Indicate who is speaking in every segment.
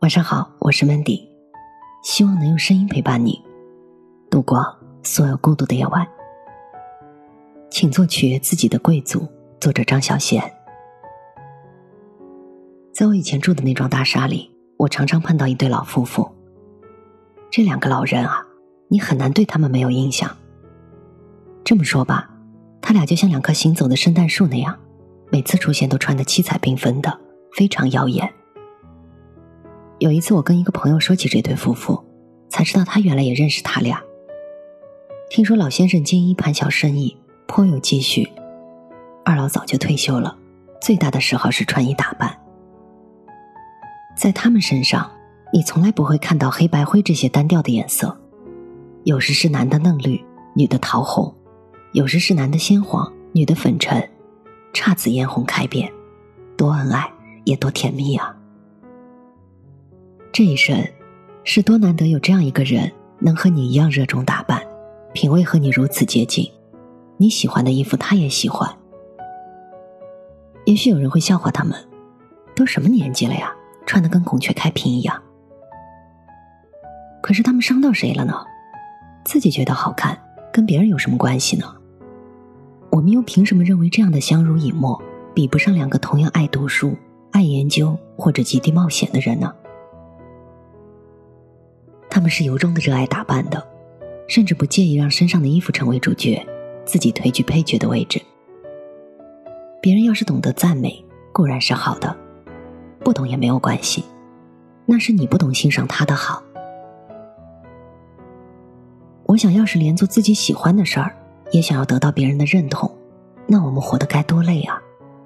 Speaker 1: 晚上好，我是 Mandy， 希望能用声音陪伴你度过所有孤独的夜晚。请做取悦自己的贵族，作者张小娴。在我以前住的那幢大厦里，我常常碰到一对老夫妇。这两个老人啊，你很难对他们没有印象。这么说吧，他俩就像两棵行走的圣诞树那样，每次出现都穿得七彩缤纷的，非常耀眼。有一次我跟一个朋友说起这对夫妇，才知道他原来也认识他俩。听说老先生经营一盘小生意，颇有积蓄，二老早就退休了，最大的嗜好是穿衣打扮。在他们身上，你从来不会看到黑白灰这些单调的颜色，有时是男的嫩绿，女的桃红，有时是男的鲜黄，女的粉橙，姹紫嫣红开遍，多恩爱也多甜蜜啊。这一生是多难得有这样一个人能和你一样热衷打扮，品味和你如此接近，你喜欢的衣服他也喜欢。也许有人会笑话他们，都什么年纪了呀，穿得跟孔雀开屏一样。可是他们伤到谁了呢？自己觉得好看，跟别人有什么关系呢？我们又凭什么认为这样的相濡以沫比不上两个同样爱读书、爱研究或者极地冒险的人呢？他们是由衷的热爱打扮的，甚至不介意让身上的衣服成为主角，自己退居配角的位置。别人要是懂得赞美，固然是好的，不懂也没有关系，那是你不懂欣赏他的好。我想要是连做自己喜欢的事儿也想要得到别人的认同，那我们活得该多累啊。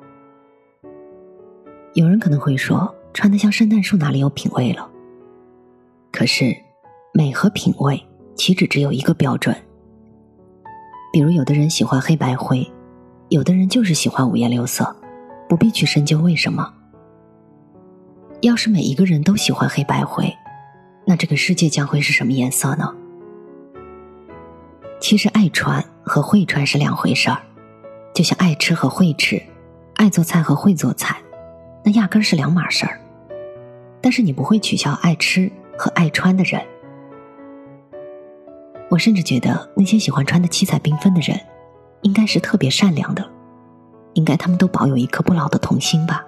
Speaker 1: 有人可能会说，穿得像圣诞树哪里有品味了？可是美和品味岂止只有一个标准。比如有的人喜欢黑白灰，有的人就是喜欢五颜六色，不必去深究为什么。要是每一个人都喜欢黑白灰，那这个世界将会是什么颜色呢？其实爱穿和会穿是两回事儿，就像爱吃和会吃，爱做菜和会做菜，那压根是两码事儿。但是你不会取笑爱吃和爱穿的人。我甚至觉得那些喜欢穿的七彩缤纷的人应该是特别善良的，应该他们都保有一颗不老的童心吧。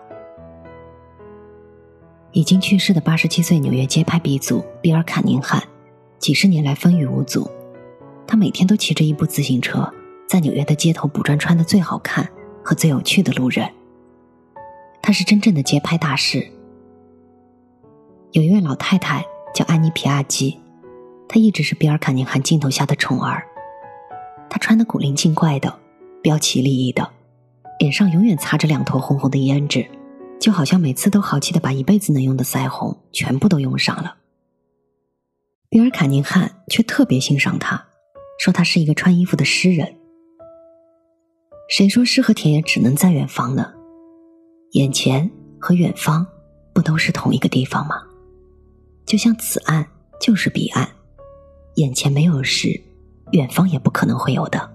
Speaker 1: 已经去世的87岁纽约街拍鼻祖比尔·坎宁汉，几十年来风雨无阻。他每天都骑着一部自行车，在纽约的街头捕捉穿得最好看和最有趣的路人。他是真正的街拍大师。有一位老太太叫安妮·皮亚基，她一直是比尔·坎宁汉镜头下的宠儿。她穿得古灵精怪的，标奇立异的，脸上永远擦着两坨红红的胭脂，就好像每次都豪气地把一辈子能用的腮红全部都用上了。比尔·坎宁汉却特别欣赏她，说她是一个穿衣服的诗人。谁说诗和田野只能在远方呢？眼前和远方不都是同一个地方吗？就像此岸就是彼岸，眼前没有诗，远方也不可能会有的。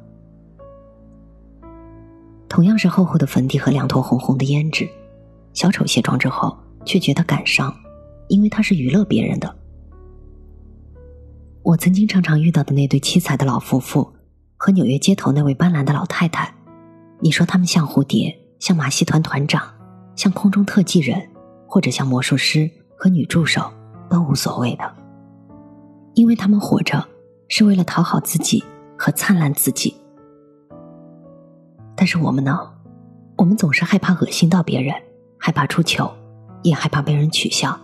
Speaker 1: 同样是厚厚的粉底和两坨红红的胭脂，小丑卸妆之后却觉得感伤，因为他是娱乐别人的。我曾经常常遇到的那对七彩的老夫妇和纽约街头那位斑斓的老太太，你说他们像蝴蝶，像马戏团团长，像空中特技人，或者像魔术师和女助手，都无所谓的。因为他们活着是为了讨好自己和灿烂自己。但是我们呢？我们总是害怕恶心到别人，害怕出糗，也害怕被人取笑。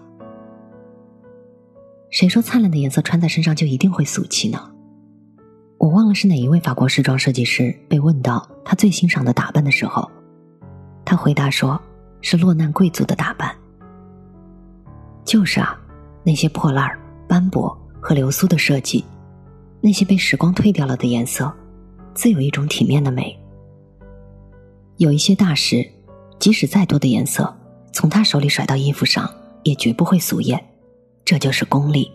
Speaker 1: 谁说灿烂的颜色穿在身上就一定会俗气呢？我忘了是哪一位法国时装设计师被问到他最欣赏的打扮的时候，他回答说是落难贵族的打扮。就是啊，那些破烂、斑驳和流苏的设计，那些被时光褪掉了的颜色，自有一种体面的美。有一些大师，即使再多的颜色从他手里甩到衣服上，也绝不会俗艳，这就是功力。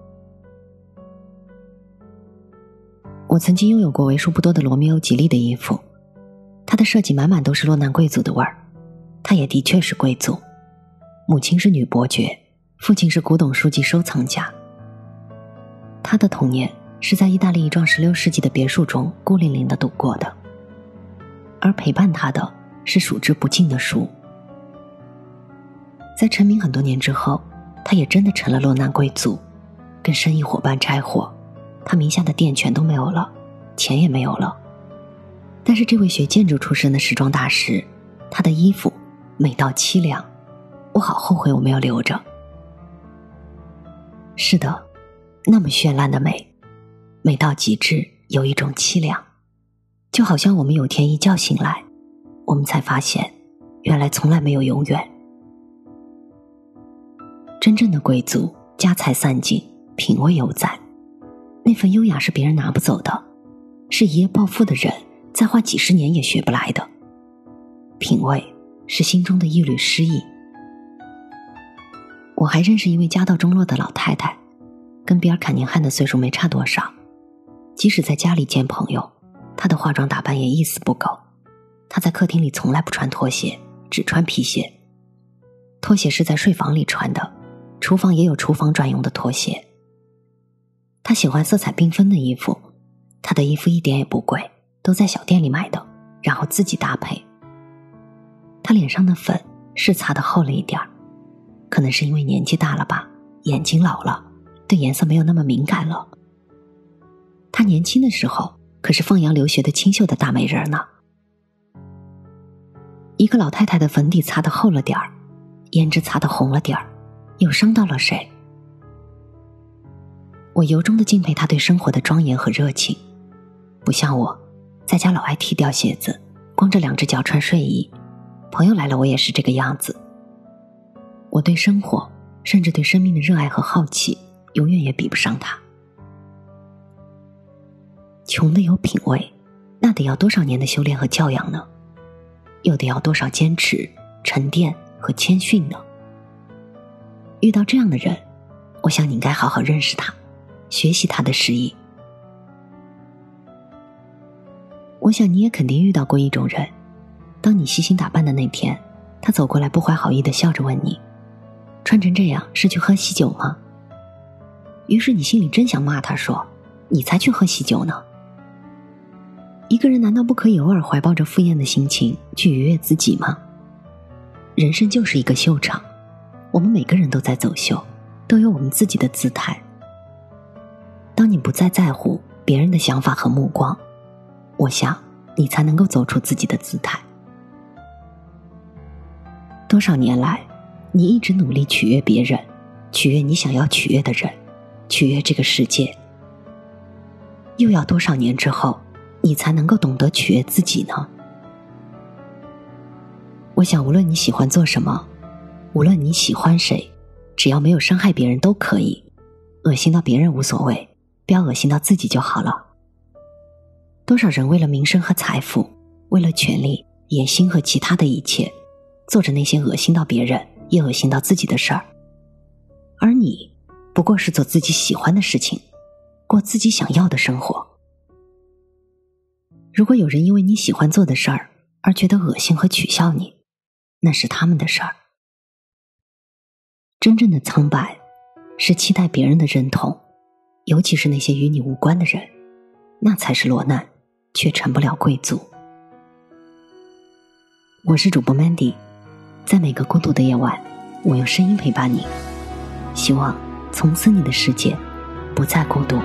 Speaker 1: 我曾经拥有过为数不多的罗密欧吉利的衣服，它的设计满满都是落难贵族的味儿，它也的确是贵族。母亲是女伯爵， 父亲是古董书籍收藏家。他的童年是在意大利一幢16世纪的别墅中孤零零地度过的，而陪伴他的是数之不尽的书。在成名很多年之后，他也真的成了落难贵族，跟生意伙伴拆伙，他名下的店全都没有了，钱也没有了。但是这位学建筑出身的时装大师，他的衣服美到凄凉，我好后悔我没有留着。是的，那么绚烂的美，美到极致，有一种凄凉，就好像我们有天一觉醒来，我们才发现原来从来没有永远。真正的贵族家财散尽，品味犹在，那份优雅是别人拿不走的，是一夜暴富的人再花几十年也学不来的。品味是心中的一缕诗意。我还认识一位家道中落的老太太，跟比尔·坎宁汉的岁数没差多少，即使在家里见朋友，她的化妆打扮也一丝不苟。她在客厅里从来不穿拖鞋，只穿皮鞋，拖鞋是在睡房里穿的，厨房也有厨房专用的拖鞋。她喜欢色彩缤纷的衣服，她的衣服一点也不贵，都在小店里买的，然后自己搭配。她脸上的粉是擦得厚了一点儿，可能是因为年纪大了吧，眼睛老了，对颜色没有那么敏感了。她年轻的时候可是放羊留学的清秀的大美人呢。一个老太太的粉底擦得厚了点儿，胭脂擦得红了点儿，又伤到了谁？我由衷地敬佩她对生活的庄严和热情，不像我，在家老爱踢掉鞋子，光着2只脚穿睡衣，朋友来了我也是这个样子。我对生活，甚至对生命的热爱和好奇，永远也比不上她。穷的有品味，那得要多少年的修炼和教养呢？又得要多少坚持、沉淀和谦逊呢？遇到这样的人，我想你应该好好认识他，学习他的诗意。我想你也肯定遇到过一种人，当你细心打扮的那天，他走过来不怀好意地笑着问你，穿成这样是去喝喜酒吗？于是你心里真想骂他说，你才去喝喜酒呢。一个人难道不可以偶尔怀抱着赴宴的心情去愉悦自己吗？人生就是一个秀场，我们每个人都在走秀，都有我们自己的姿态。当你不再在乎别人的想法和目光，我想你才能够走出自己的姿态。多少年来，你一直努力取悦别人，取悦你想要取悦的人，取悦这个世界。又要多少年之后，你才能够懂得取悦自己呢？我想无论你喜欢做什么，无论你喜欢谁，只要没有伤害别人都可以，恶心到别人无所谓，不要恶心到自己就好了。多少人为了名声和财富，为了权力、野心和其他的一切，做着那些恶心到别人也恶心到自己的事儿，而你不过是做自己喜欢的事情，过自己想要的生活。如果有人因为你喜欢做的事儿而觉得恶心和取笑你，那是他们的事儿。真正的苍白是期待别人的认同，尤其是那些与你无关的人，那才是落难，却成不了贵族。我是主播 Mandy， 在每个孤独的夜晚，我用声音陪伴你，希望从此你的世界不再孤独。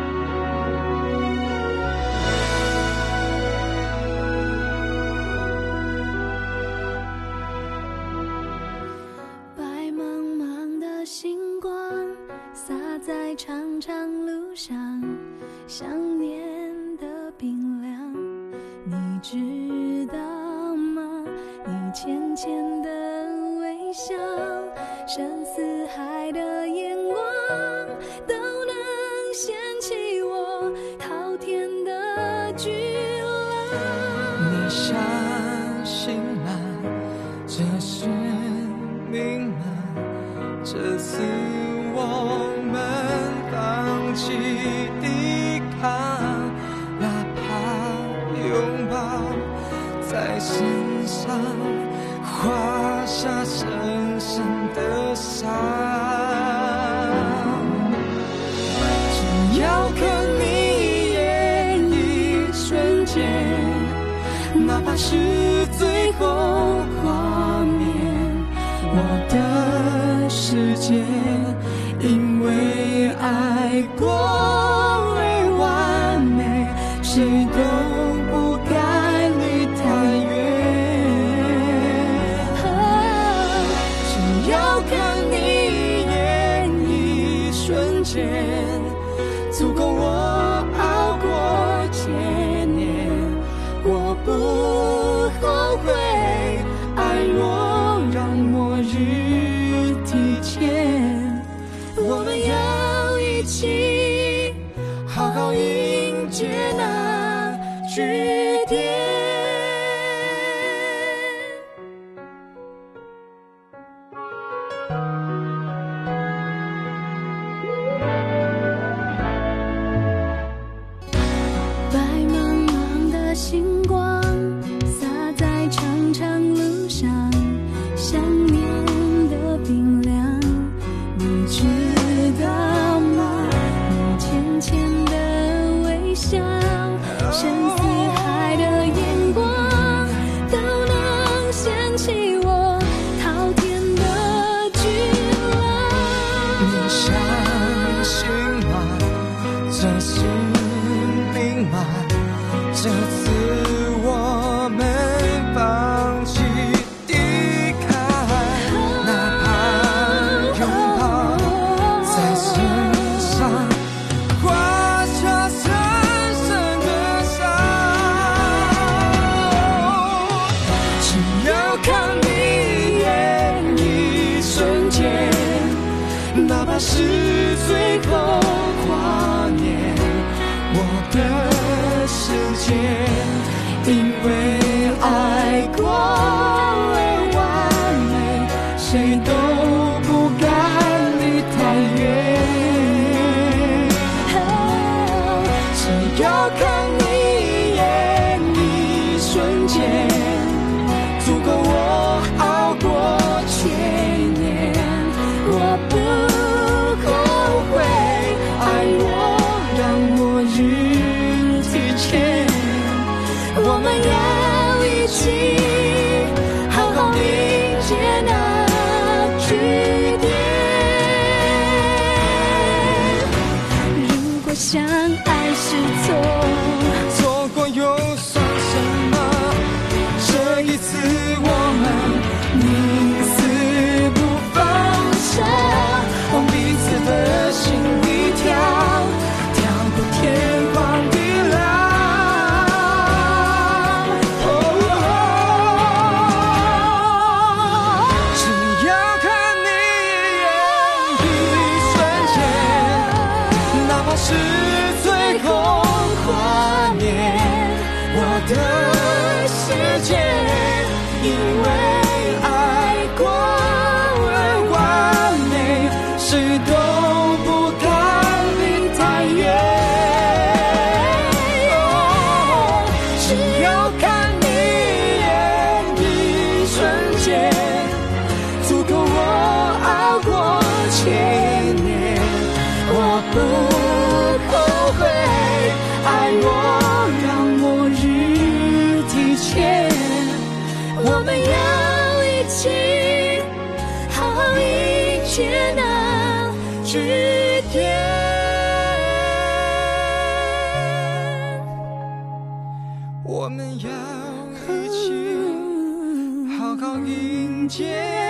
Speaker 2: 长长路上，想念的冰凉，你知道吗？你浅浅的微笑，深似海的眼光，都能掀起我滔天的巨浪。
Speaker 3: 你相信吗？这是命吗？这次我们放弃抵抗，哪怕拥抱在身上画下深深的伤。 怕是最后画面。我的世界因为爱过而完美，谁都不该离太远。只要看你一眼一瞬间，足够我熬过千年。我不后悔，爱若让末日提前，我们要一起好好迎接那句点。
Speaker 2: 白茫茫的星光洒在长长路上，想念的冰凉，你知道吗？你浅浅的微笑，深似海的眼光，都能掀起我滔天的巨浪。
Speaker 3: 你相信吗？这是命吗？这次我们放弃抵抗，哪怕拥抱在身上画下深深的伤。只要看你眼一瞬间，哪怕是最后画面，我的世界因为爱过而完美，谁都不该离太远。只要看你眼一瞬间，足够我熬过千年。我不后悔，爱若让末日提前，我们要一起好好迎接那句点。
Speaker 2: 如果相爱是错，
Speaker 3: 错过又算什么？这一次我们宁死不放手，往彼此的心里跳过天荒地老。只要看你眼一瞬间，哪怕是最后画面，我的世界因为爱过而完美，谁都不该离太远。只要看你眼一瞬间，足够我熬过千年。我不后悔，爱若让末日提前，我们要一起好好迎接那句点。我们要一起好好迎接